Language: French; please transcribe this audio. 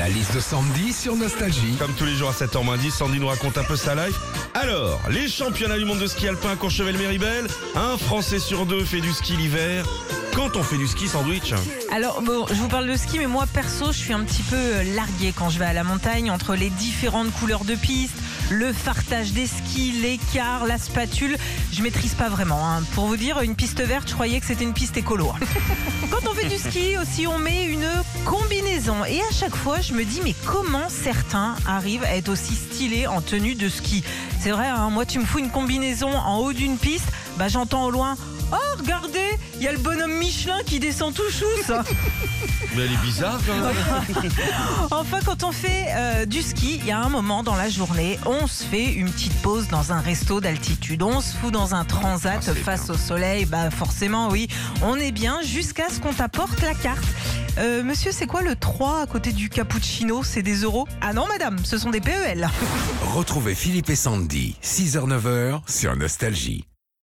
La liste de Sandy sur Nostalgie. Comme tous les jours à 7h10, Sandy nous raconte un peu sa life. Alors, les championnats du monde de ski alpin à Courchevel-Méribel. Un Français sur deux fait du ski l'hiver. Quand on fait du ski sandwich? Alors bon, je vous parle de ski, mais moi perso, je suis un petit peu larguée quand je vais à la montagne entre les différentes couleurs de piste, le fartage des skis, l'écart, la spatule. Je maîtrise pas vraiment. Pour vous dire, une piste verte, je croyais que c'était une piste écolo. Quand on fait du ski aussi, on met une combinaison. Et à chaque fois, je me dis, mais comment certains arrivent à être aussi stylés en tenue de ski? C'est vrai, moi tu me fous une combinaison en haut d'une piste, j'entends au loin. Oh, regardez, il y a le bonhomme Michelin qui descend tout chousse. Mais elle est bizarre quand même. Enfin, quand on fait du ski, il y a un moment dans la journée, on se fait une petite pause dans un resto d'altitude. On se fout dans un transat face au soleil. Forcément, oui, on est bien jusqu'à ce qu'on t'apporte la carte. Monsieur, c'est quoi le 3 à côté du cappuccino? C'est des euros? Ah non, madame, ce sont des PEL. Retrouvez Philippe et Sandy, 6h-9h sur Nostalgie.